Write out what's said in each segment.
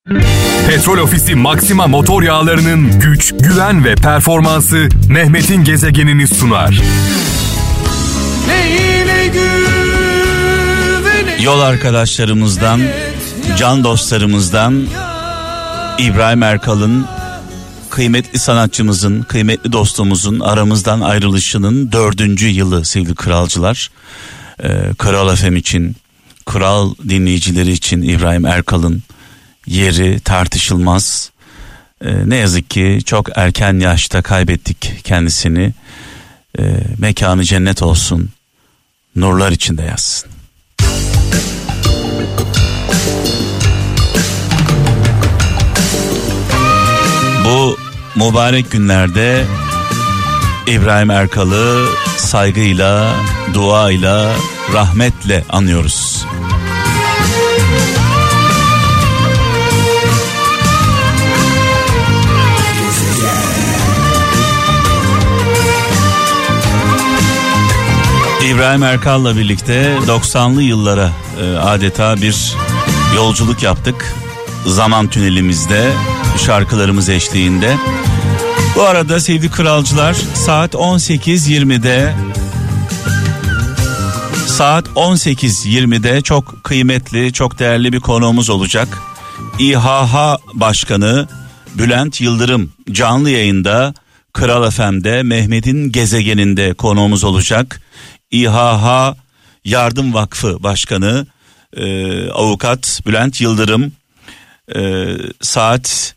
Petrol Ofisi Maxima motor yağlarının güç, güven ve performansı Mehmet'in gezegenini sunar. Yol arkadaşlarımızdan, can dostlarımızdan İbrahim Erkal'ın, kıymetli sanatçımızın, kıymetli dostumuzun aramızdan ayrılışının 4. yılı sevgili kralcılar. Kral FM için, kral dinleyicileri için İbrahim Erkal'ın yeri tartışılmaz. Ne yazık ki çok erken yaşta kaybettik kendisini. Mekanı cennet olsun, nurlar içinde yatsın. Bu mübarek günlerde İbrahim Erkal'ı saygıyla, duayla, rahmetle anıyoruz. İbrahim Erkal'la birlikte 90'lı yıllara adeta bir yolculuk yaptık. Zaman tünelimizde, şarkılarımız eşliğinde. Bu arada sevgili kralcılar, saat 18.20'de çok kıymetli, çok değerli bir konuğumuz olacak. İHH Başkanı Bülent Yıldırım canlı yayında Kral FM'de Mehmet'in gezegeninde konuğumuz olacak. İHH Yardım Vakfı Başkanı Avukat Bülent Yıldırım saat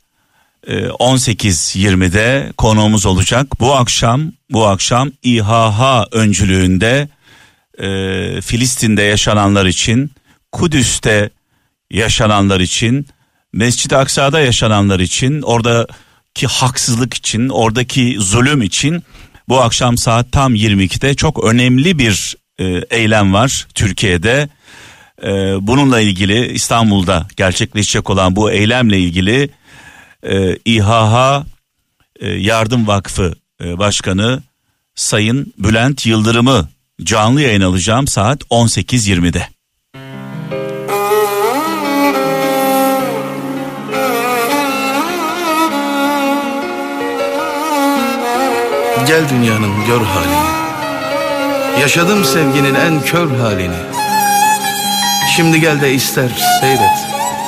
18.20'de konuğumuz olacak. Bu akşam İHH öncülüğünde Filistin'de yaşananlar için, Kudüs'te yaşananlar için, Mescid-i Aksa'da yaşananlar için, oradaki haksızlık için, oradaki zulüm için bu akşam saat tam 22'de çok önemli bir eylem var Türkiye'de. Bununla ilgili İstanbul'da gerçekleşecek olan bu eylemle ilgili İHH Yardım Vakfı Başkanı Sayın Bülent Yıldırım'ı canlı yayın alacağım saat 18.20'de. Gel dünyanın gör halini, yaşadım sevginin en kör halini. Şimdi gel de ister seyret,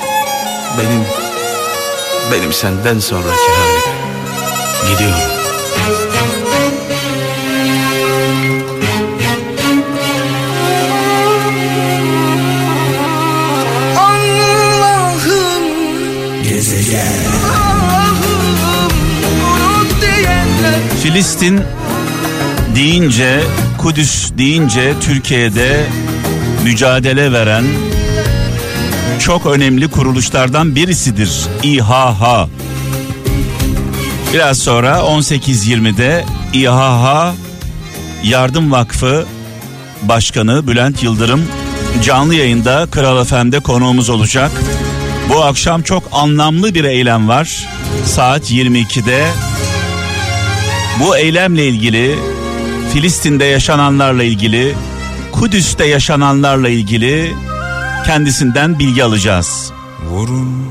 benim senden sonraki halim. Gidiyorum. Allah'ım gezegen, Allah'ım unut diyenler. Filistin deyince, Kudüs deyince Türkiye'de mücadele veren çok önemli kuruluşlardan birisidir İHH. Biraz sonra 18.20'de İHH Yardım Vakfı Başkanı Bülent Yıldırım canlı yayında Kral FM'de konuğumuz olacak. Bu akşam çok anlamlı bir eylem var. Saat 22'de bu eylemle ilgili, Filistin'de yaşananlarla ilgili, Kudüs'te yaşananlarla ilgili kendisinden bilgi alacağız. Vurun.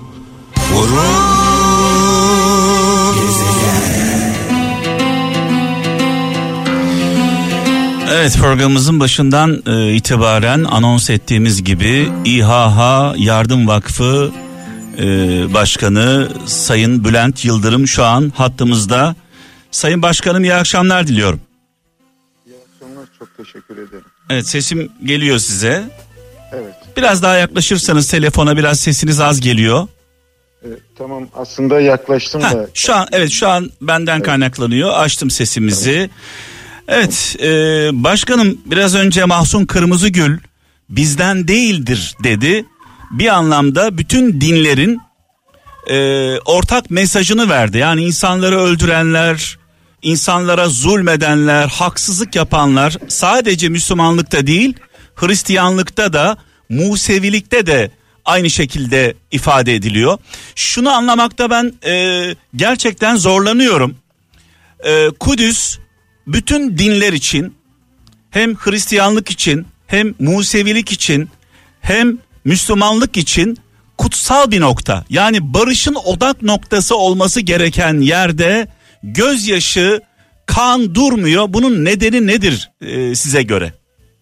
Evet, programımızın başından itibaren anons ettiğimiz gibi İHH Yardım Vakfı Başkanı Sayın Bülent Yıldırım şu an hattımızda. Sayın Başkanım, iyi akşamlar diliyorum. İyi akşamlar, çok teşekkür ederim. Evet, sesim geliyor size. Evet. Biraz daha yaklaşırsanız telefona, biraz sesiniz az geliyor. Tamam, aslında yaklaştım da. Şu an benden kaynaklanıyor. Açtım sesimizi. Evet, başkanım, biraz önce Mahsun Kırmızıgül bizden değildir dedi. Bir anlamda bütün dinlerin ortak mesajını verdi. Yani insanları öldürenler, insanlara zulmedenler, haksızlık yapanlar sadece Müslümanlıkta değil, Hristiyanlıkta da, Musevilikte de aynı şekilde ifade ediliyor. Şunu anlamakta ben gerçekten zorlanıyorum. Kudüs bütün dinler için, hem Hristiyanlık için, hem Musevilik için, hem Müslümanlık için kutsal bir nokta. Yani barışın odak noktası olması gereken yerde gözyaşı, kan durmuyor. Bunun nedeni nedir size göre?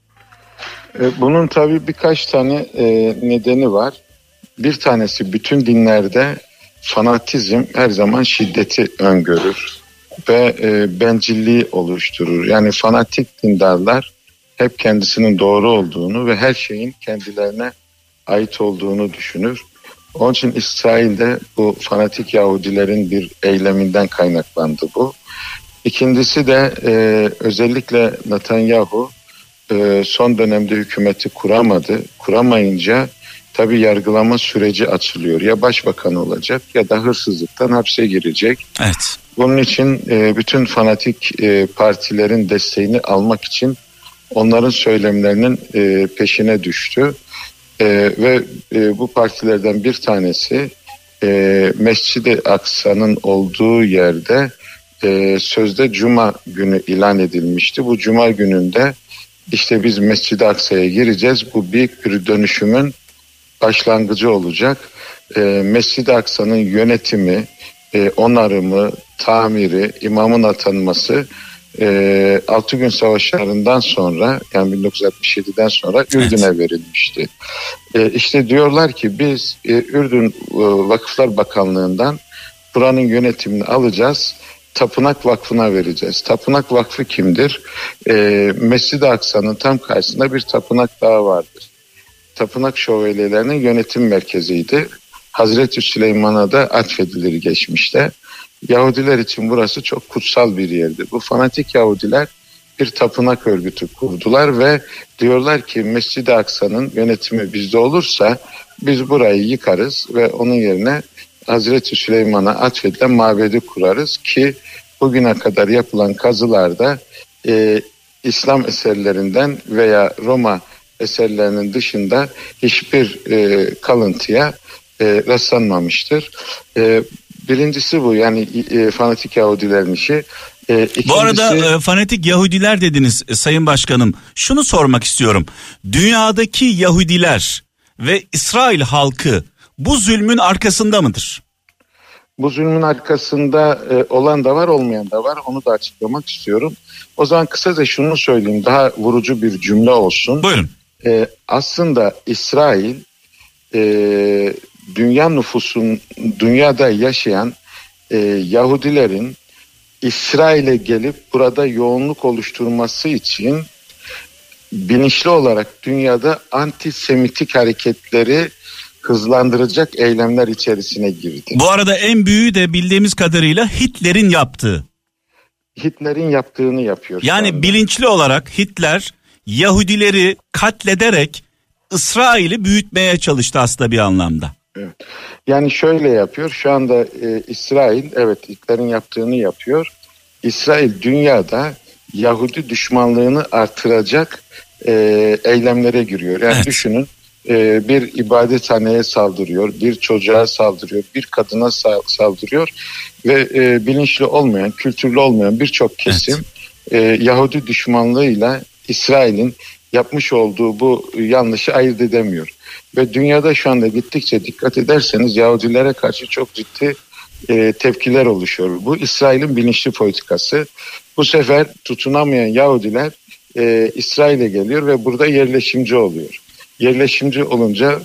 Bunun tabii birkaç tane nedeni var. Bir tanesi, bütün dinlerde fanatizm her zaman şiddeti öngörür ve bencilliği oluşturur. Yani fanatik dindarlar hep kendisinin doğru olduğunu ve her şeyin kendilerine ait olduğunu düşünür. Onun için İsrail'de bu fanatik Yahudilerin bir eyleminden kaynaklandı bu. İkincisi de özellikle Netanyahu son dönemde hükümeti kuramadı. Kuramayınca tabii yargılama süreci açılıyor. Ya başbakan olacak ya da hırsızlıktan hapse girecek. Evet. Bunun için bütün fanatik partilerin desteğini almak için onların söylemlerinin peşine düştü. Ve bu partilerden bir tanesi Mescid-i Aksa'nın olduğu yerde sözde Cuma günü ilan edilmişti. Bu Cuma gününde işte biz Mescid-i Aksa'ya gireceğiz. Bu büyük bir dönüşümün başlangıcı olacak. Mescid-i Aksa'nın yönetimi, onarımı, tamiri, imamın atanması 6 gün savaşlarından sonra, yani 1967'den sonra Ürdün'e verilmişti. İşte diyorlar ki biz Ürdün Vakıflar Bakanlığı'ndan buranın yönetimini alacağız. Tapınak Vakfı'na vereceğiz. Tapınak Vakfı kimdir? Mescid-i Aksa'nın tam karşısında bir tapınak daha vardır. Tapınak şövalyelerinin yönetim merkeziydi. Hazreti Süleyman'a da atfedilir geçmişte. Yahudiler için burası çok kutsal bir yerdi. Bu fanatik Yahudiler bir tapınak örgütü kurdular ve diyorlar ki Mescid-i Aksa'nın yönetimi bizde olursa biz burayı yıkarız ve onun yerine Hazreti Süleyman'a atfedilen mabedi kurarız ki bugüne kadar yapılan kazılarda İslam eserlerinden veya Roma eserlerinin dışında hiçbir kalıntıya rastlanmamıştır. Birincisi bu, yani fanatik Yahudilerin işi. Bu arada fanatik Yahudiler dediniz Sayın Başkanım. Şunu sormak istiyorum. Dünyadaki Yahudiler ve İsrail halkı bu zulmün arkasında mıdır? Bu zulmün arkasında olan da var, olmayan da var. Onu da açıklamak istiyorum. O zaman kısaca şunu söyleyeyim, daha vurucu bir cümle olsun. Buyurun. Aslında İsrail dünya nüfusun, dünyada yaşayan Yahudilerin İsrail'e gelip burada yoğunluk oluşturması için bilinçli olarak dünyada antisemitik hareketleri hızlandıracak eylemler içerisine girdi. Bu arada en büyüğü de bildiğimiz kadarıyla Hitler'in yaptığı. Hitler'in yaptığını yapıyor. Yani bilinçli olarak Hitler Yahudileri katlederek İsrail'i büyütmeye çalıştı aslında bir anlamda. Evet. Yani şöyle yapıyor. Şu anda İsrail, evet, Hitler'in yaptığını yapıyor. İsrail dünyada Yahudi düşmanlığını artıracak eylemlere giriyor. Yani evet. Düşünün, bir ibadethaneye saldırıyor, bir çocuğa saldırıyor, bir kadına saldırıyor ve bilinçli olmayan, kültürlü olmayan birçok kesim evet. Yahudi düşmanlığıyla İsrail'in yapmış olduğu bu yanlışı ayırt edemiyor. Ve dünyada şu anda gittikçe dikkat ederseniz Yahudilere karşı çok ciddi tepkiler oluşuyor. Bu İsrail'in bilinçli politikası. Bu sefer tutunamayan Yahudiler İsrail'e geliyor ve burada yerleşimci oluyor. Yerleşimci olunca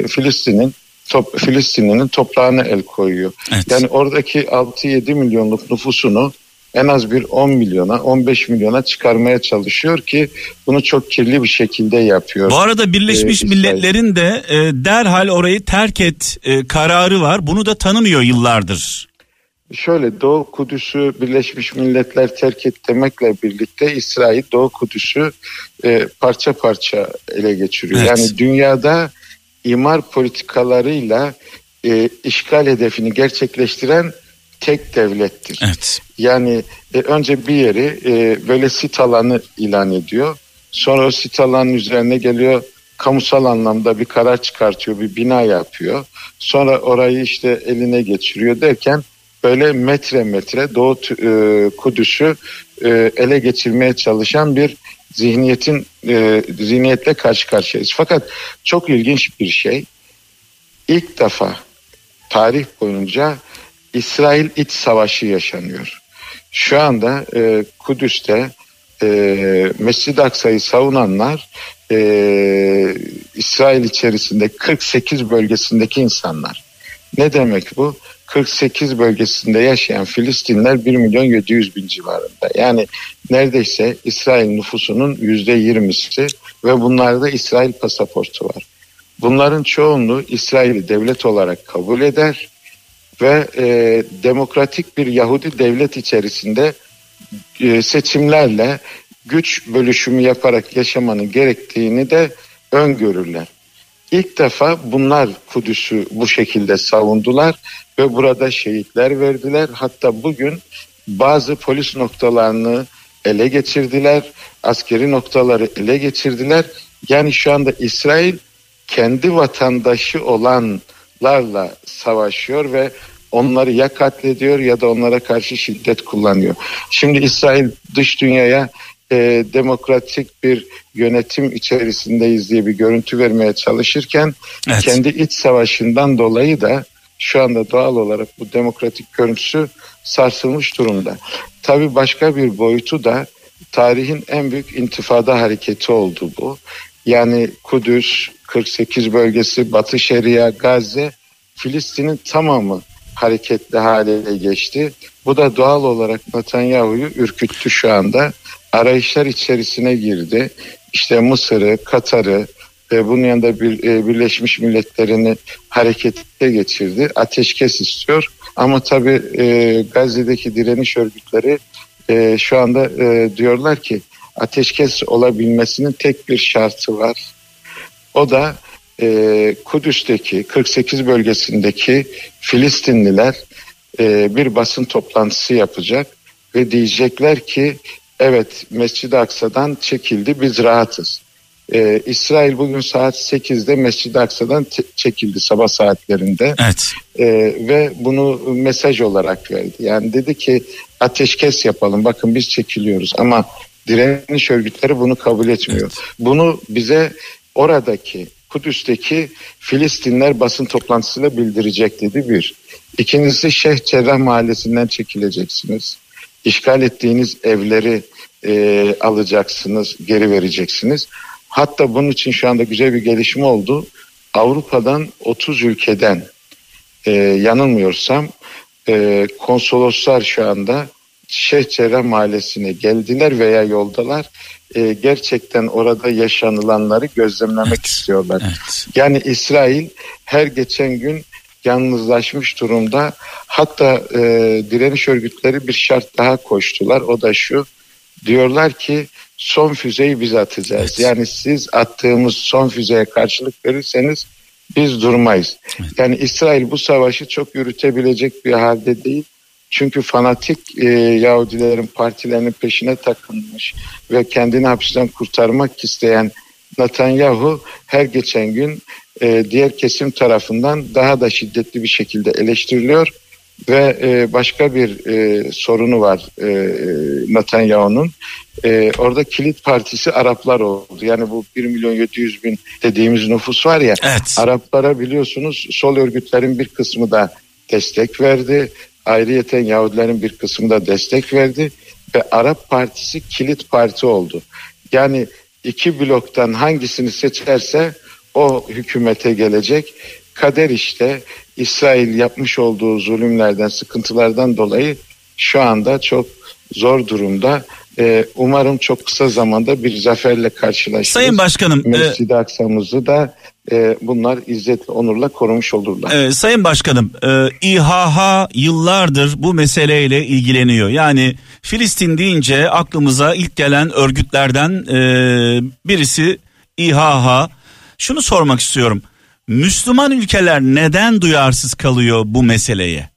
Filistin'in toprağına el koyuyor. Evet. Yani oradaki 6-7 milyonluk nüfusunu en az bir 10 milyona, 15 milyona çıkarmaya çalışıyor ki bunu çok kirli bir şekilde yapıyor. Bu arada Birleşmiş Milletler'in de derhal orayı terk et kararı var. Bunu da tanımıyor yıllardır. Şöyle, Doğu Kudüs'ü Birleşmiş Milletler terk et demekle birlikte İsrail Doğu Kudüs'ü parça parça ele geçiriyor. Evet. Yani dünyada imar politikalarıyla işgal hedefini gerçekleştiren tek devlettir. Evet. Yani önce bir yeri böyle sit alanı ilan ediyor. Sonra o sit alanın üzerine geliyor, kamusal anlamda bir karar çıkartıyor, bir bina yapıyor. Sonra orayı işte eline geçiriyor derken böyle metre metre Doğu Kudüs'ü ele geçirmeye çalışan bir zihniyetle karşı karşıyayız. Fakat çok ilginç bir şey. ilk defa tarih boyunca İsrail iç savaşı yaşanıyor. Şu anda Kudüs'te Mescid-i Aksa'yı savunanlar İsrail içerisinde 48 bölgesindeki insanlar. Ne demek bu? 48 bölgesinde yaşayan Filistinler 1.700.000 civarında. Yani neredeyse İsrail nüfusunun %20'si ve bunlarda İsrail pasaportu var. Bunların çoğunluğu İsrail'i devlet olarak kabul eder ve demokratik bir Yahudi devlet içerisinde seçimlerle güç bölüşümü yaparak yaşamanın gerektiğini de öngörürler. İlk defa bunlar Kudüs'ü bu şekilde savundular ve burada şehitler verdiler. Hatta bugün bazı polis noktalarını ele geçirdiler, askeri noktaları ele geçirdiler. Yani şu anda İsrail kendi vatandaşı olanlarla savaşıyor ve onları ya katlediyor ya da onlara karşı şiddet kullanıyor. Şimdi İsrail dış dünyaya demokratik bir yönetim içerisindeyiz diye bir görüntü vermeye çalışırken evet, kendi iç savaşından dolayı da şu anda doğal olarak bu demokratik görüntüsü sarsılmış durumda. Tabii başka bir boyutu da tarihin en büyük intifada hareketi oldu bu. Yani Kudüs, 48 bölgesi, Batı Şeria, Gazze, Filistin'in tamamı hareketli hale geçti. Bu da doğal olarak Netanyahu'yu ürküttü şu anda. Arayışlar içerisine girdi. İşte Mısır'ı, Katar'ı, bunun yanında Birleşmiş Milletler'ini harekete geçirdi. Ateşkes istiyor. Ama tabii Gazze'deki direniş örgütleri şu anda diyorlar ki ateşkes olabilmesinin tek bir şartı var. O da Kudüs'teki 48 bölgesindeki Filistinliler bir basın toplantısı yapacak ve diyecekler ki evet, Mescid-i Aksa'dan çekildi, biz rahatız. İsrail bugün saat 8'de Mescid-i Aksa'dan çekildi sabah saatlerinde. Evet. Ve bunu mesaj olarak verdi. Yani dedi ki ateşkes yapalım, bakın biz çekiliyoruz, ama direniş örgütleri bunu kabul etmiyor. Evet. Bunu bize oradaki Kudüs'teki Filistinler basın toplantısıyla bildirecek dedi bir. İkincisi, Şeyh Cerrah Mahallesi'nden çekileceksiniz. İşgal ettiğiniz evleri alacaksınız, geri vereceksiniz. Hatta bunun için şu anda güzel bir gelişme oldu. Avrupa'dan 30 ülkeden yanılmıyorsam konsoloslar şu anda Şeyh Cerrah Mahallesi'ne geldiler veya yoldalar. Gerçekten orada yaşanılanları gözlemlemek istiyorlar. Evet. Yani İsrail her geçen gün yalnızlaşmış durumda. Hatta direniş örgütleri bir şart daha koştular. O da şu: diyorlar ki son füzeyi biz atacağız. Evet. Yani siz attığımız son füzeye karşılık verirseniz biz durmayız. Evet. Yani İsrail bu savaşı çok yürütebilecek bir halde değil. Çünkü fanatik Yahudilerin partilerinin peşine takılmış ve kendini hapisten kurtarmak isteyen Netanyahu her geçen gün diğer kesim tarafından daha da şiddetli bir şekilde eleştiriliyor ve başka bir sorunu var Netanyahu'nun. Orada kilit partisi Araplar oldu. Yani bu 1.700.000 dediğimiz nüfus var ya, evet, Araplara biliyorsunuz sol örgütlerin bir kısmı da destek verdi. Ayrıyeten Yahudilerin bir kısmı da destek verdi ve Arap Partisi kilit parti oldu. Yani iki bloktan hangisini seçerse o hükümete gelecek. Kader işte, İsrail yapmış olduğu zulümlerden, sıkıntılardan dolayı şu anda çok zor durumda. Umarım çok kısa zamanda bir zaferle karşılaşırız. Sayın Başkanım, Mescid-i Aksa'mızı da bunlar izzet ve onurla korumuş olurlar. Sayın Başkanım, İHH yıllardır bu meseleyle ilgileniyor. Yani Filistin deyince aklımıza ilk gelen örgütlerden birisi İHH. Şunu sormak istiyorum: Müslüman ülkeler neden duyarsız kalıyor bu meseleye?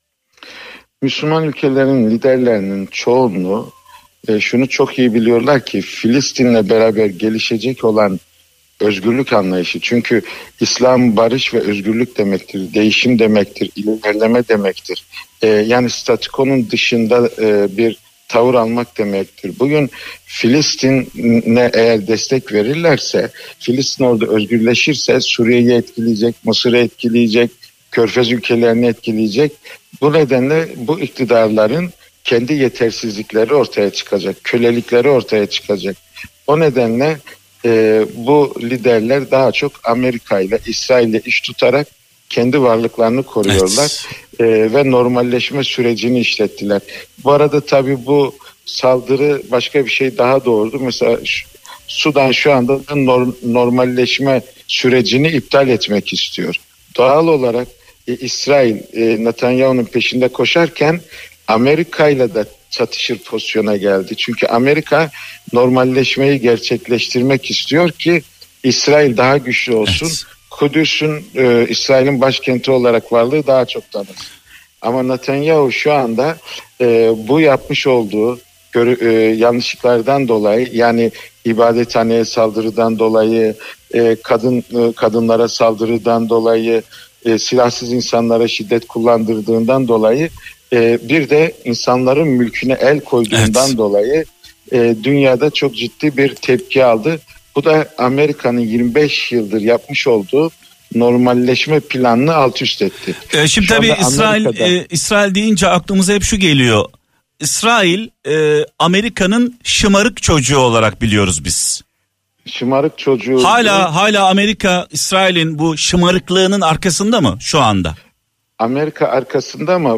Müslüman ülkelerin liderlerinin çoğunluğu şunu çok iyi biliyorlar ki Filistin'le beraber gelişecek olan özgürlük anlayışı, çünkü İslam barış ve özgürlük demektir, değişim demektir, ilerleme demektir. Yani statükonun dışında bir tavır almak demektir. Bugün Filistin'e eğer destek verirlerse, Filistin orada özgürleşirse Suriye'yi etkileyecek, Mısır'ı etkileyecek, Körfez ülkelerini etkileyecek. Bu nedenle bu iktidarların kendi yetersizlikleri ortaya çıkacak, kölelikleri ortaya çıkacak. O nedenle bu liderler daha çok Amerika ile, İsrail ile iş tutarak kendi varlıklarını koruyorlar. Ve normalleşme sürecini işlettiler. Bu arada tabii bu saldırı başka bir şey daha doğurdu. Mesela Sudan şu anda normalleşme sürecini iptal etmek istiyor. Doğal olarak İsrail Netanyahu'nun peşinde koşarken Amerika ile de çatışır pozisyona geldi. Çünkü Amerika normalleşmeyi gerçekleştirmek istiyor ki İsrail daha güçlü olsun. Evet. Kudüs'ün İsrail'in başkenti olarak varlığı daha çok tanır. Ama Netanyahu şu anda bu yapmış olduğu yanlışlıklardan dolayı, yani ibadethaneye saldırıdan dolayı, kadınlara saldırıdan dolayı, silahsız insanlara şiddet kullandırdığından dolayı, bir de insanların mülküne el koyduğundan dolayı dünyada çok ciddi bir tepki aldı. Bu da Amerika'nın 25 yıldır yapmış olduğu normalleşme planını alt üst etti. Şimdi tabii İsrail deyince aklımıza hep şu geliyor. İsrail Amerika'nın şımarık çocuğu olarak biliyoruz biz. Şımarık çocuğu. Hala Amerika İsrail'in bu şımarıklığının arkasında mı şu anda? Amerika arkasında ama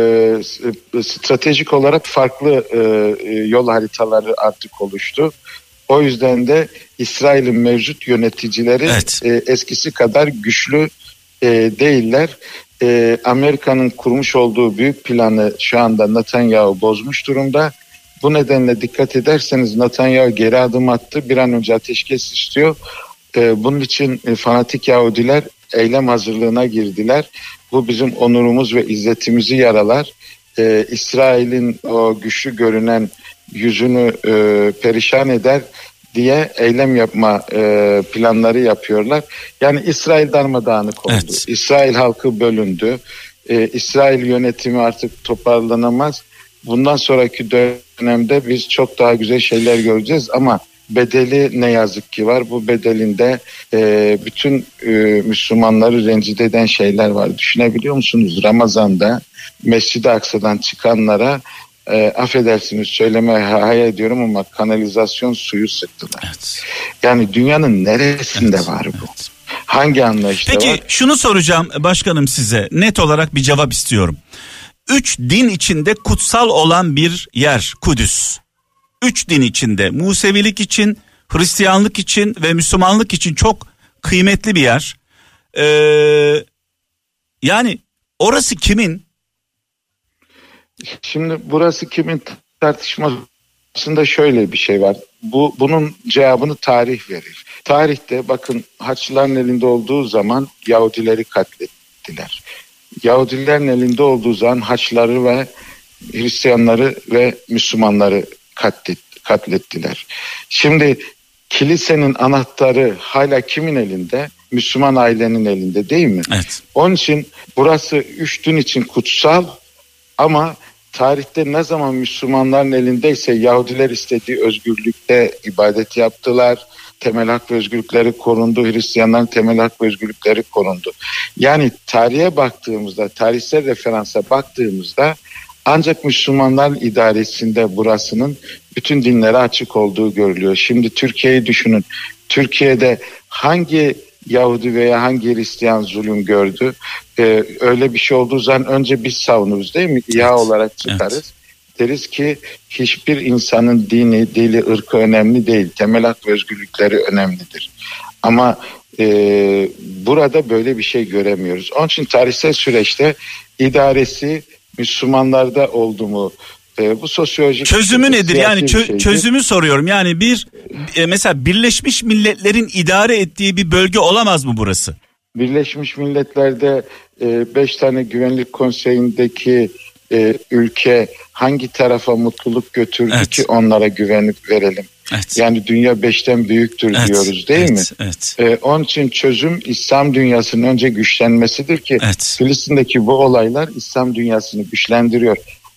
stratejik olarak farklı yol haritaları artık oluştu. O yüzden de İsrail'in mevcut yöneticileri eskisi kadar güçlü değiller. Amerika'nın kurmuş olduğu büyük planı şu anda Netanyahu bozmuş durumda. Bu nedenle dikkat ederseniz Netanyahu geri adım attı. Bir an önce ateşkes istiyor. Bunun için fanatik Yahudiler eylem hazırlığına girdiler. Bu bizim onurumuz ve izzetimizi yaralar. İsrail'in o güçlü görünen yüzünü perişan eder diye eylem yapma planları yapıyorlar. Yani İsrail darmadağınık oldu. Evet. İsrail halkı bölündü. İsrail yönetimi artık toparlanamaz. Bundan sonraki dönemde biz çok daha güzel şeyler göreceğiz ama bedeli ne yazık ki var. Bu bedelinde bütün Müslümanları rencide eden şeyler var. Düşünebiliyor musunuz? Ramazan'da Mescid-i Aksa'dan çıkanlara affedersiniz söylemeye hayal ediyorum ama kanalizasyon suyu sıktılar. Evet. Yani dünyanın neresinde var bu? Evet. Hangi anlayışta var? Peki şunu soracağım başkanım size. Net olarak bir cevap istiyorum. 3 din içinde kutsal olan bir yer Kudüs. 3 din içinde, Musevilik için, Hristiyanlık için ve Müslümanlık için çok kıymetli bir yer. Yani orası kimin? Şimdi burası kimin tartışmasında şöyle bir şey var. Bunun cevabını tarih verir. Tarihte bakın Haçlıların elinde olduğu zaman Yahudileri katlettiler. Yahudilerin elinde olduğu zaman Haçlıları ve Hristiyanları ve Müslümanları katlettiler. Şimdi kilisenin anahtarı hala kimin elinde? Müslüman ailenin elinde değil mi? Evet. Onun için burası 3 din için kutsal ama tarihte ne zaman Müslümanların elindeyse Yahudiler istediği özgürlükte ibadet yaptılar. Temel hak ve özgürlükleri korundu. Hristiyanların temel hak ve özgürlükleri korundu. Yani tarihe baktığımızda, tarihsel referansa baktığımızda ancak Müslümanların idaresinde burasının bütün dinlere açık olduğu görülüyor. Şimdi Türkiye'yi düşünün. Türkiye'de hangi Yahudi veya hangi Hristiyan zulüm gördü? Öyle bir şey olduğu zaman önce biz savunuruz değil mi? İHA olarak çıkarız. Evet. Deriz ki hiçbir insanın dini, dili, ırkı önemli değil. Temel hak ve özgürlükleri önemlidir. Ama burada böyle bir şey göremiyoruz. Onun için tarihsel süreçte idaresi Müslümanlarda oldu mu? Bu sosyolojik çözümü nedir? Yani çözümü soruyorum. Yani mesela Birleşmiş Milletler'in idare ettiği bir bölge olamaz mı burası? Birleşmiş Milletler'de 5 tane Güvenlik Konseyi'ndeki ülke hangi tarafa mutluluk götürdü ki onlara güvenlik verelim? Evet. Yani dünya 5'ten büyüktür diyoruz değil mi? Evet. Onun için çözüm İslam dünyasının önce güçlenmesidir ki Filistin'deki bu olaylar İslam dünyasını güçlendiriyor.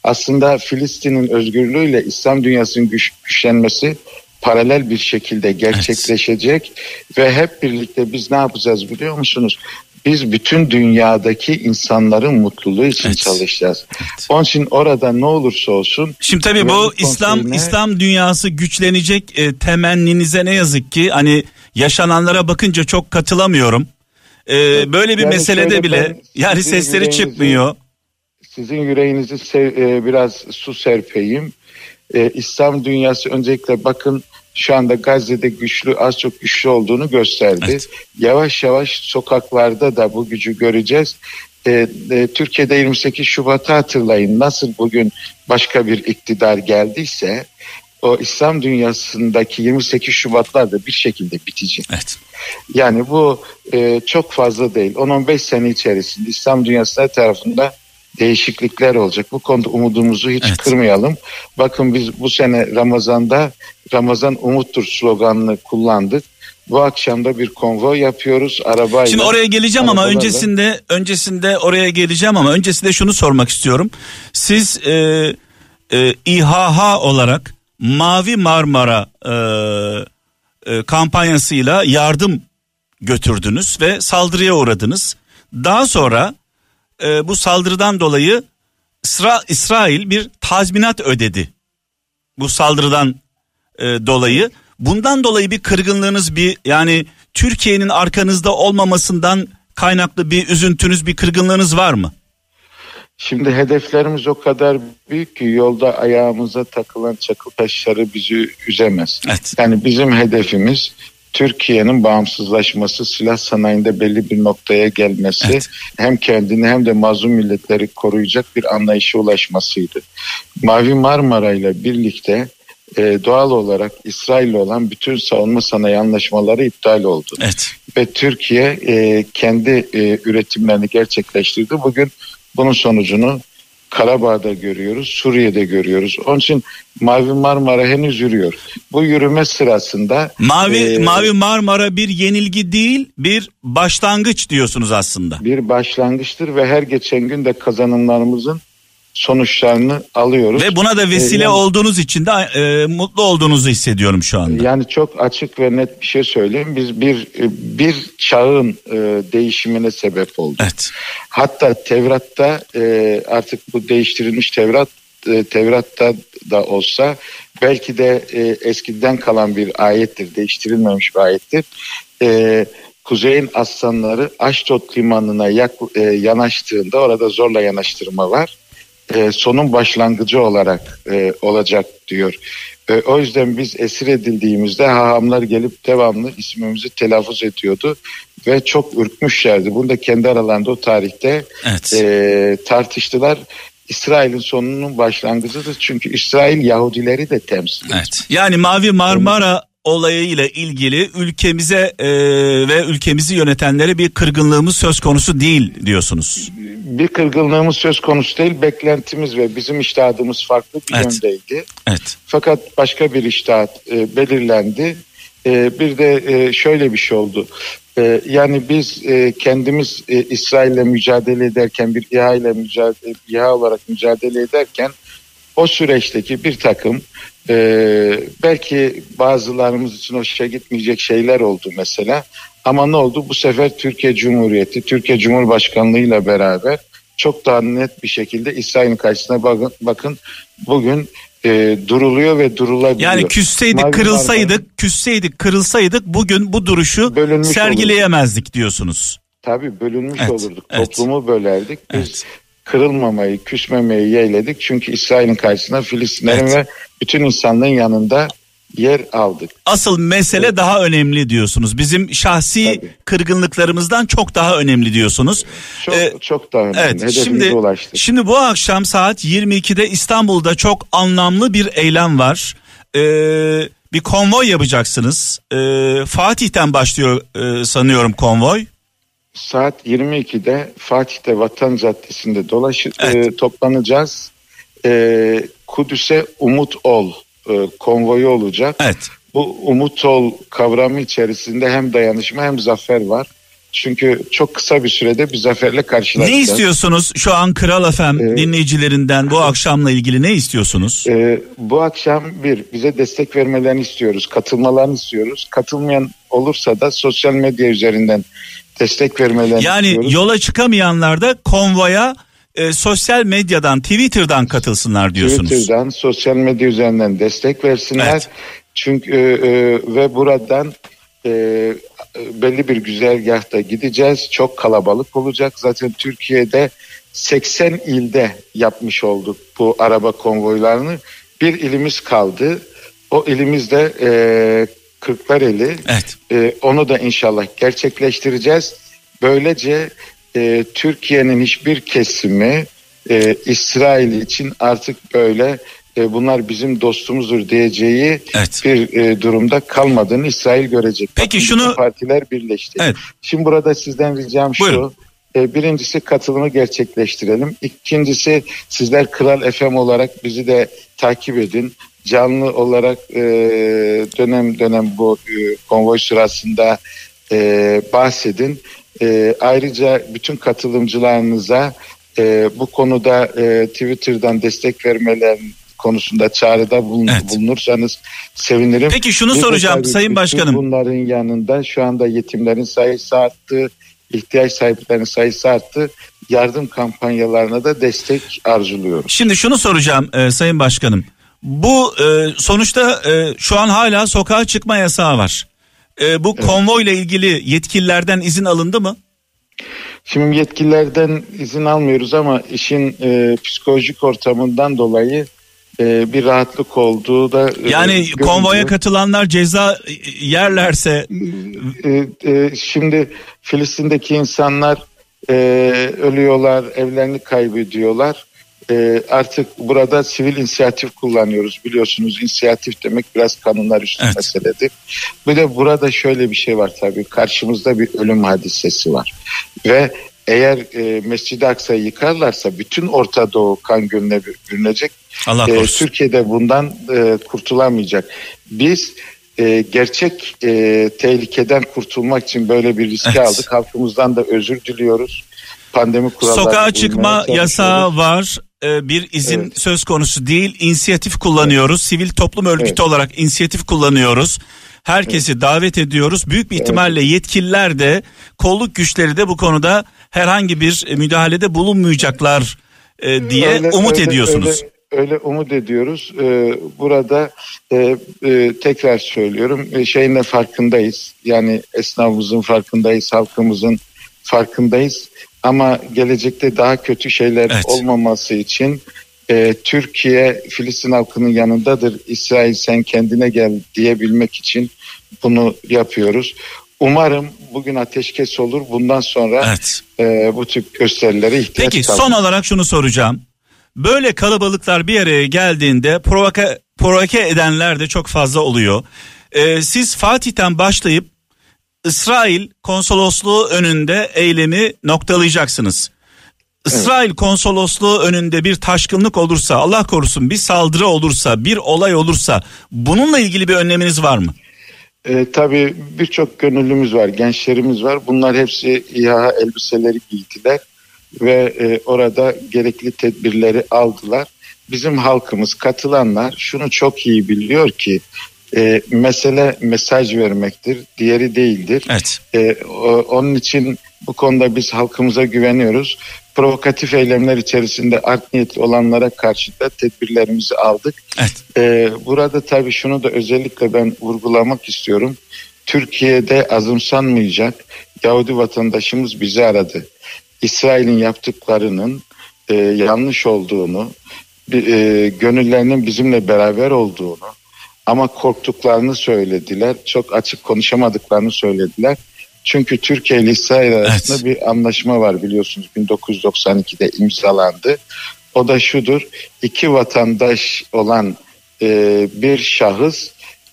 Aslında Filistin'in özgürlüğüyle İslam dünyasının güçlenmesi paralel bir şekilde gerçekleşecek ve hep birlikte biz ne yapacağız biliyor musunuz? Biz bütün dünyadaki insanların mutluluğu için çalışacağız. Evet. Onun için orada ne olursa olsun. Şimdi tabii bu İslam dünyası güçlenecek temenninize ne yazık ki hani yaşananlara bakınca çok katılamıyorum. Böyle bir yani meselede bile yani sesleri çıkmıyor. Sizin yüreğinizi biraz su serpeyim. İslam dünyası öncelikle bakın şu anda Gazze'de az çok güçlü olduğunu gösterdi. Evet. Yavaş yavaş sokaklarda da bu gücü göreceğiz. Türkiye'de 28 Şubat'ı hatırlayın. Nasıl bugün başka bir iktidar geldiyse o İslam dünyasındaki 28 Şubatlar da bir şekilde bitecek. Evet. Yani bu çok fazla değil. 10-15 sene içerisinde İslam dünyası her tarafında değişiklikler olacak. Bu konuda umudumuzu hiç kırmayalım. Bakın biz bu sene Ramazan umuttur sloganını kullandık. Bu akşam da bir konvoy yapıyoruz arabayla. Şimdi oraya geleceğim ama öncesinde oraya geleceğim ama öncesinde şunu sormak istiyorum. Siz İHH olarak Mavi Marmara kampanyasıyla yardım götürdünüz ve saldırıya uğradınız. Daha sonra bu saldırıdan dolayı İsrail bir tazminat ödedi. Bu saldırıdan dolayı. Bundan dolayı bir kırgınlığınız, yani Türkiye'nin arkanızda olmamasından kaynaklı bir üzüntünüz, bir kırgınlığınız var mı? Şimdi hedeflerimiz o kadar büyük ki yolda ayağımıza takılan çakıl taşları bizi üzemez. Evet. Yani bizim hedefimiz Türkiye'nin bağımsızlaşması, silah sanayinde belli bir noktaya gelmesi, hem kendini hem de mazlum milletleri koruyacak bir anlayışa ulaşmasıydı. Mavi Marmara ile birlikte doğal olarak İsrail'le olan bütün savunma sanayi anlaşmaları iptal oldu. Evet. Ve Türkiye kendi üretimlerini gerçekleştirdi. Bugün bunun sonucunu Karabağ'da görüyoruz, Suriye'de görüyoruz. Onun için Mavi Marmara henüz yürüyor. Bu yürüme sırasında Mavi Marmara bir yenilgi değil, bir başlangıç diyorsunuz aslında. Bir başlangıçtır ve her geçen gün de kazanımlarımızın sonuçlarını alıyoruz. Ve buna da vesile olduğunuz için de mutlu olduğunuzu hissediyorum şu anda. Yani çok açık ve net bir şey söyleyeyim. Biz bir çağın değişimine sebep olduk. Evet. Hatta Tevrat'ta artık bu değiştirilmiş Tevrat'ta da olsa belki de eskiden kalan bir ayettir, değiştirilmemiş bir ayettir. Kuzeyin aslanları Aşdod limanına yanaştığında orada zorla yanaştırma var. Sonun başlangıcı olarak olacak diyor. O yüzden biz esir edildiğimizde hahamlar gelip devamlı ismimizi telaffuz ediyordu ve çok ürkmüşlerdi. Bunu da kendi aralarında o tarihte tartıştılar. İsrail'in sonunun başlangıcıdır. Çünkü İsrail Yahudileri de temsil ediyor. Evet. Yani Mavi Marmara olayıyla ilgili ülkemize ve ülkemizi yönetenlere bir kırgınlığımız söz konusu değil diyorsunuz. Bir kırgınlığımız söz konusu değil. Beklentimiz ve bizim içtihadımız farklı bir yöndeydi. Evet. Fakat başka bir içtihat belirlendi. Bir de şöyle bir şey oldu. Yani biz kendimiz İsrail'le mücadele ederken, bir İHA olarak mücadele ederken o süreçteki bir takım belki bazılarımız için hoşa gitmeyecek şeyler oldu mesela. Ama ne oldu? Bu sefer Türkiye Cumhuriyeti, Türkiye Cumhurbaşkanlığı ile beraber çok daha net bir şekilde İsrail'in karşısına bakın bugün duruluyor ve durulabiliyor. Yani küsseydik, kırılsaydık bugün bu duruşu bölünmüş sergileyemezdik olurduk diyorsunuz. Tabii bölünmüş olurduk. Evet. Toplumu bölerdik. Biz kırılmamayı, küsmemeyi yeğledik. Çünkü İsrail'in karşısına Filistinlerin ve bütün insanlığın yanında yer aldık. Asıl mesele daha önemli diyorsunuz. Bizim şahsi kırgınlıklarımızdan çok daha önemli diyorsunuz. Çok daha önemli. Evet, hedefimize ulaştık. Şimdi bu akşam saat 22'de İstanbul'da çok anlamlı bir eylem var. Bir konvoy yapacaksınız. Fatih'ten başlıyor sanıyorum konvoy. Saat 22'de Fatih'te Vatan Caddesi'nde toplanacağız. Kudüs'e Umut Ol konvoyu olacak. Evet. Bu Umut Ol kavramı içerisinde hem dayanışma hem zafer var. Çünkü çok kısa bir sürede bir zaferle karşılaşacağız. Ne istiyorsunuz şu an Kral FM dinleyicilerinden bu akşamla ilgili ne istiyorsunuz? Bu akşam bize destek vermelerini istiyoruz, katılmalarını istiyoruz. Katılmayan olursa da sosyal medya üzerinden destek vermelerini istiyoruz. Yani yola çıkamayanlar da konvoya sosyal medyadan, Twitter'dan katılsınlar diyorsunuz. Twitter'dan, sosyal medya üzerinden destek versinler. Evet. Çünkü ve buradan belli bir güzergahta gideceğiz. Çok kalabalık olacak. Zaten Türkiye'de 80 ilde yapmış olduk bu araba konvoylarını. Bir ilimiz kaldı. O ilimizde Kırklareli. Evet. Onu da inşallah gerçekleştireceğiz. Böylece Türkiye'nin hiçbir kesimi İsrail için artık böyle bunlar bizim dostumuzdur diyeceği bir durumda kalmadığını İsrail görecek. Peki şunu partiler birleşti. Evet. Şimdi burada sizden ricam şu. Birincisi katılımı gerçekleştirelim. İkincisi sizler Kral FM olarak bizi de takip edin. Canlı olarak dönem bu konvoy sırasında bahsedin. Ayrıca bütün katılımcılarınıza bu konuda Twitter'dan destek vermeleri konusunda çağrıda bulunursanız sevinirim. Peki şunu soracağım Sayın Başkanım. Bunların yanında şu anda yetimlerin sayısı arttı, ihtiyaç sahiplerinin sayısı arttı. Yardım kampanyalarına da destek arzuluyorum. Şimdi şunu soracağım Sayın Başkanım. Bu sonuçta şu an hala sokağa çıkma yasağı var. Bu konvoyla ilgili yetkililerden izin alındı mı? Şimdi yetkililerden izin almıyoruz ama işin psikolojik ortamından dolayı bir rahatlık olduğu da yani konvoya katılanlar ceza yerlerse şimdi Filistin'deki insanlar ölüyorlar, evlerini kaybediyorlar. Artık burada sivil inisiyatif kullanıyoruz. Biliyorsunuz inisiyatif demek biraz kanunlar üstü meseledir. Bir de burada şöyle bir şey var tabii. Karşımızda bir ölüm hadisesi var. Ve eğer Mescid-i Aksa'yı yıkarlarsa bütün Orta Doğu kan gölüne bürünecek. Allah korusun. Türkiye'de bundan kurtulamayacak. Biz gerçek tehlikeden kurtulmak için böyle bir riski aldık. Halkımızdan da özür diliyoruz. Pandemi kuralları. Sokağa çıkma yasağı var. Bir izin söz konusu değil. İnisiyatif kullanıyoruz. Sivil toplum örgütü olarak inisiyatif kullanıyoruz. Herkesi davet ediyoruz. Büyük bir ihtimalle yetkililer de, kolluk güçleri de bu konuda herhangi bir müdahalede bulunmayacaklar diye umut ediyorsunuz. Öyle umut ediyoruz. Burada tekrar söylüyorum. Şeyin de farkındayız. Yani esnafımızın farkındayız, halkımızın farkındayız. Ama gelecekte daha kötü şeyler olmaması için Türkiye Filistin halkının yanındadır. İsrail sen kendine gel diyebilmek için bunu yapıyoruz. Umarım bugün ateşkes olur. Bundan sonra bu tip gösterilere ihtiyaç kalmaz. Peki son olarak şunu soracağım. Böyle kalabalıklar bir araya geldiğinde provoke edenler de çok fazla oluyor. Siz Fatih'ten başlayıp İsrail konsolosluğu önünde eylemi noktalayacaksınız. İsrail konsolosluğu önünde bir taşkınlık olursa, Allah korusun bir saldırı olursa, bir olay olursa bununla ilgili bir önleminiz var mı? Tabii birçok gönüllümüz var, gençlerimiz var. Bunlar hepsi İHA elbiseleri giydiler ve orada gerekli tedbirleri aldılar. Bizim halkımız, katılanlar şunu çok iyi biliyor ki mesele mesaj vermektir, diğeri değildir. Onun için bu konuda biz halkımıza güveniyoruz. Provokatif eylemler içerisinde art niyetli olanlara karşı da tedbirlerimizi aldık. Burada tabii şunu da özellikle ben vurgulamak istiyorum. Türkiye'de azımsanmayacak Yahudi vatandaşımız bizi aradı. İsrail'in yaptıklarının yanlış olduğunu, gönüllerinin bizimle beraber olduğunu ama korktuklarını söylediler. Çok açık konuşamadıklarını söylediler. Çünkü Türkiye ile İsrail arasında bir anlaşma var biliyorsunuz 1992'de imzalandı. O da şudur: iki vatandaş olan bir şahıs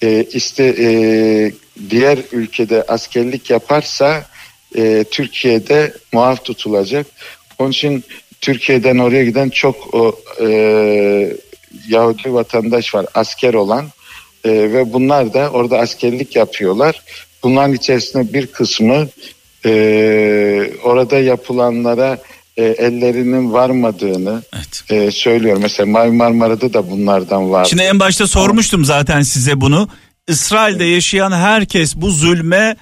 diğer ülkede askerlik yaparsa Türkiye'de muaf tutulacak. Onun için Türkiye'den oraya giden çok Yahudi vatandaş var, asker olan ve bunlar da orada askerlik yapıyorlar. Bunların içerisinde bir kısmı orada yapılanlara ellerinin varmadığını söylüyor. Mesela Mavi Marmara'da da bunlardan var. Şimdi en başta sormuştum zaten size bunu. İsrail'de yaşayan herkes bu zulme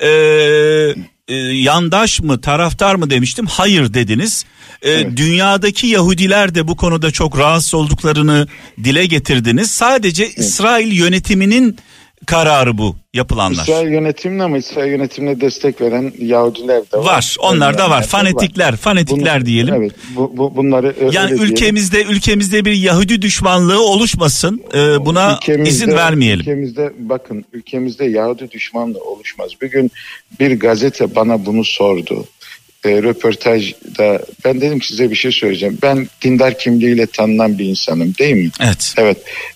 yandaş mı, taraftar mı demiştim. Hayır dediniz. Dünyadaki Yahudiler de bu konuda çok rahatsız olduklarını dile getirdiniz. Sadece İsrail yönetiminin kararı bu yapılanlar. İsrail yönetimine, ama İsrail yönetimine destek veren Yahudiler de var. Onlar da var. Fanatikler diyelim. Evet. Bunları yani ülkemizde bir Yahudi düşmanlığı oluşmasın. Buna izin vermeyelim. Ülkemizde Yahudi düşmanlığı oluşmaz. Bir gün bir gazete bana bunu sordu. Röportajda ben dedim ki size bir şey söyleyeceğim. Ben dindar kimliğiyle tanınan bir insanım, değil mi? Evet.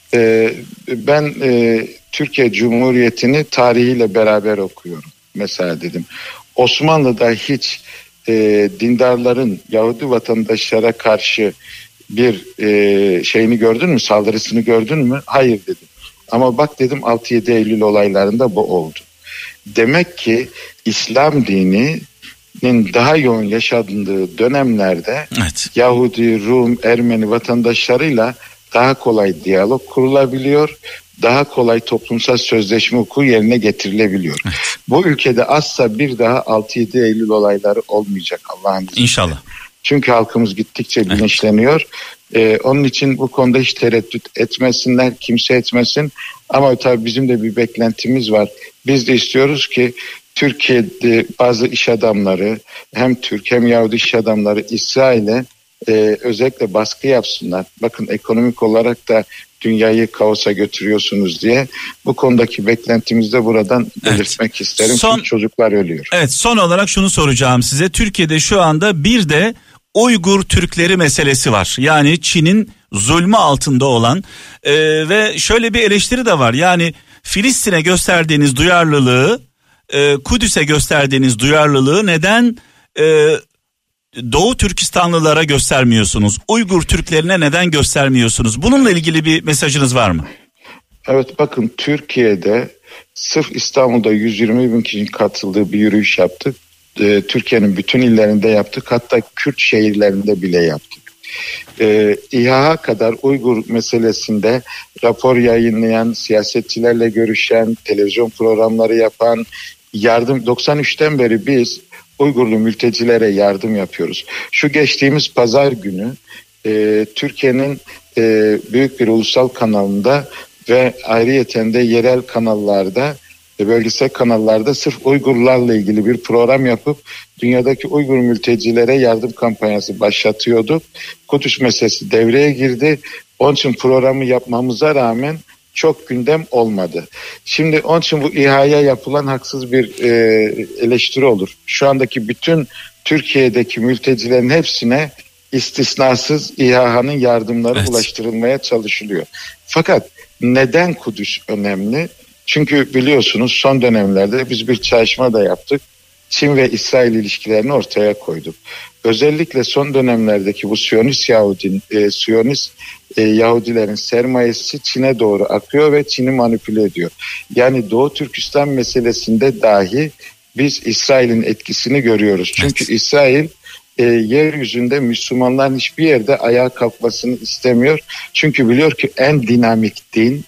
Ben Türkiye Cumhuriyeti'ni tarihiyle beraber okuyorum. Mesela dedim. Osmanlı'da hiç dindarların Yahudi vatandaşlara karşı bir şeyini gördün mü? Saldırısını gördün mü? Hayır dedim. Ama bak dedim 6-7 Eylül olaylarında bu oldu. Demek ki İslam dininin daha yoğun yaşandığı dönemlerde Yahudi, Rum, Ermeni vatandaşlarıyla daha kolay diyalog kurulabiliyor, daha kolay toplumsal sözleşme hukuku yerine getirilebiliyor. Bu ülkede asla bir daha 6-7 Eylül olayları olmayacak Allah'ın izniyle. İnşallah. Çünkü halkımız gittikçe bilinçleniyor. Onun için bu konuda hiç tereddüt etmesinler, kimse etmesin. Ama tabii bizim de bir beklentimiz var. Biz de istiyoruz ki Türkiye'de bazı iş adamları, hem Türk hem Yahudi iş adamları İsrail'e özellikle baskı yapsınlar. Bakın ekonomik olarak da dünyayı kaosa götürüyorsunuz diye. Bu konudaki beklentimizi de buradan belirtmek isterim. Çünkü çocuklar ölüyor. Evet, son olarak şunu soracağım size. Türkiye'de şu anda bir de Uygur Türkleri meselesi var. Yani Çin'in zulmü altında olan ve şöyle bir eleştiri de var. Yani Filistin'e gösterdiğiniz duyarlılığı, Kudüs'e gösterdiğiniz duyarlılığı neden Doğu Türkistanlılara göstermiyorsunuz? Uygur Türklerine neden göstermiyorsunuz? Bununla ilgili bir mesajınız var mı? Evet, bakın Türkiye'de sırf İstanbul'da 120 bin kişinin katıldığı bir yürüyüş yaptık. Türkiye'nin bütün illerinde yaptık. Hatta Kürt şehirlerinde bile yaptık. İHA kadar Uygur meselesinde rapor yayınlayan, siyasetçilerle görüşen, televizyon programları yapan, 93'ten beri biz Uygurlu mültecilere yardım yapıyoruz. Şu geçtiğimiz pazar günü Türkiye'nin büyük bir ulusal kanalında ve ayrıyeten de yerel kanallarda, bölgesel kanallarda sırf Uygurlarla ilgili bir program yapıp dünyadaki Uygur mültecilere yardım kampanyası başlatıyorduk. Kudüs meselesi devreye girdi. Onun için programı yapmamıza rağmen çok gündem olmadı. Şimdi onun için bu İHA'ya yapılan haksız bir eleştiri olur. Şu andaki bütün Türkiye'deki mültecilerin hepsine istisnasız İHA'nın yardımları ulaştırılmaya çalışılıyor. Fakat neden Kudüs önemli? Çünkü biliyorsunuz son dönemlerde biz bir çalışma da yaptık. Çin ve İsrail ilişkilerini ortaya koyduk. Özellikle son dönemlerdeki bu Siyonist Yahudilerin sermayesi Çin'e doğru akıyor ve Çin'i manipüle ediyor. Yani Doğu Türkistan meselesinde dahi biz İsrail'in etkisini görüyoruz. Çünkü İsrail yeryüzünde Müslümanların hiçbir yerde ayağa kalkmasını istemiyor. Çünkü biliyor ki en dinamik din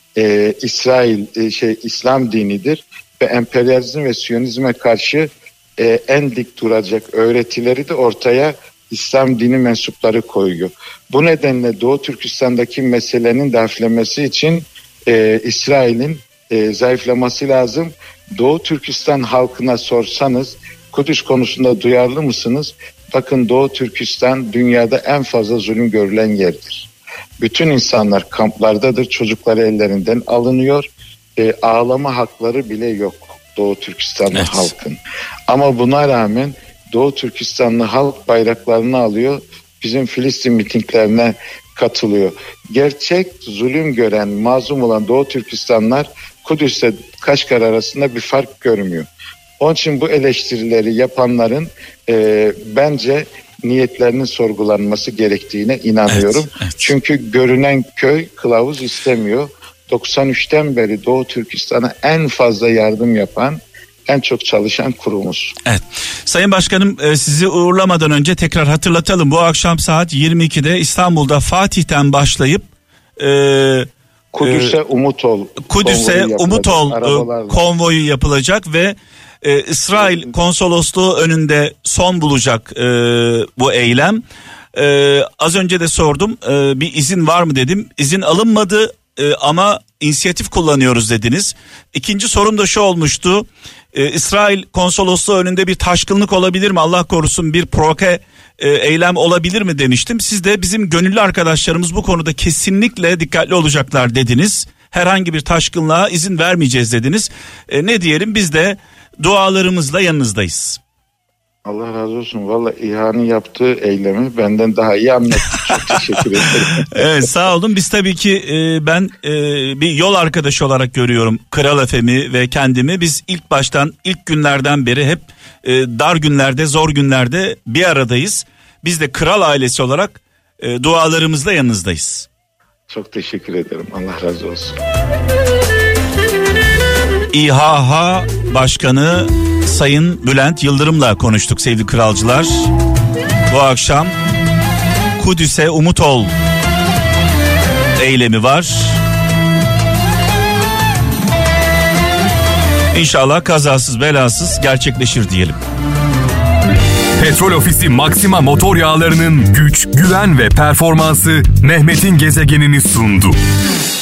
İslam dinidir ve emperyalizm ve Siyonizme karşı en dik duracak öğretileri de ortaya İslam dini mensupları koyuyor. Bu nedenle Doğu Türkistan'daki meselenin de hafiflemesi için İsrail'in zayıflaması lazım. Doğu Türkistan halkına sorsanız Kudüs konusunda duyarlı mısınız? Bakın Doğu Türkistan dünyada en fazla zulüm görülen yerdir. Bütün insanlar kamplardadır, çocukları ellerinden alınıyor. Ağlama hakları bile yok Doğu Türkistanlı halkın. Ama buna rağmen Doğu Türkistanlı halk bayraklarını alıyor, bizim Filistin mitinglerine katılıyor. Gerçek zulüm gören, mazlum olan Doğu Türkistanlar Kudüs'te Kaşgar arasında bir fark görmüyor. Onun için bu eleştirileri yapanların bence niyetlerinin sorgulanması gerektiğine inanıyorum. Çünkü görünen köy kılavuz istemiyor. 93'ten beri Doğu Türkistan'a en fazla yardım yapan en çok çalışan kurumuz. Evet. Sayın Başkanım, sizi uğurlamadan önce tekrar hatırlatalım. Bu akşam saat 22'de İstanbul'da Fatih'ten başlayıp Kudüs'e Umut Ol. Kudüs'e Umut Ol konvoyu yapılacak ve İsrail konsolosluğu önünde son bulacak bu eylem. Az önce de sordum, bir izin var mı dedim. İzin alınmadı ama inisiyatif kullanıyoruz dediniz. İkinci sorum da şu olmuştu. İsrail konsolosluğu önünde bir taşkınlık olabilir mi? Allah korusun, bir provoke eylem olabilir mi demiştim. Siz de bizim gönüllü arkadaşlarımız bu konuda kesinlikle dikkatli olacaklar dediniz. Herhangi bir taşkınlığa izin vermeyeceğiz dediniz. Ne diyelim, biz de dualarımızla yanınızdayız. Allah razı olsun. Valla İHA'nın yaptığı eylemi benden daha iyi anlattı. Çok teşekkür ederim. Evet, sağ olun. Biz tabii ki ben bir yol arkadaşı olarak görüyorum Kral FM'i ve kendimi. Biz ilk günlerden beri hep dar günlerde, zor günlerde bir aradayız. Biz de Kral ailesi olarak dualarımızla yanınızdayız. Çok teşekkür ederim. Allah razı olsun. İHA Başkanı Sayın Bülent Yıldırım'la konuştuk sevgili kralcılar. Bu akşam Kudüs'e Umut Ol eylemi var. İnşallah kazasız belasız gerçekleşir diyelim. Petrol Ofisi Maxima motor yağlarının güç, güven ve performansı Mehmet'in gezegenini sundu.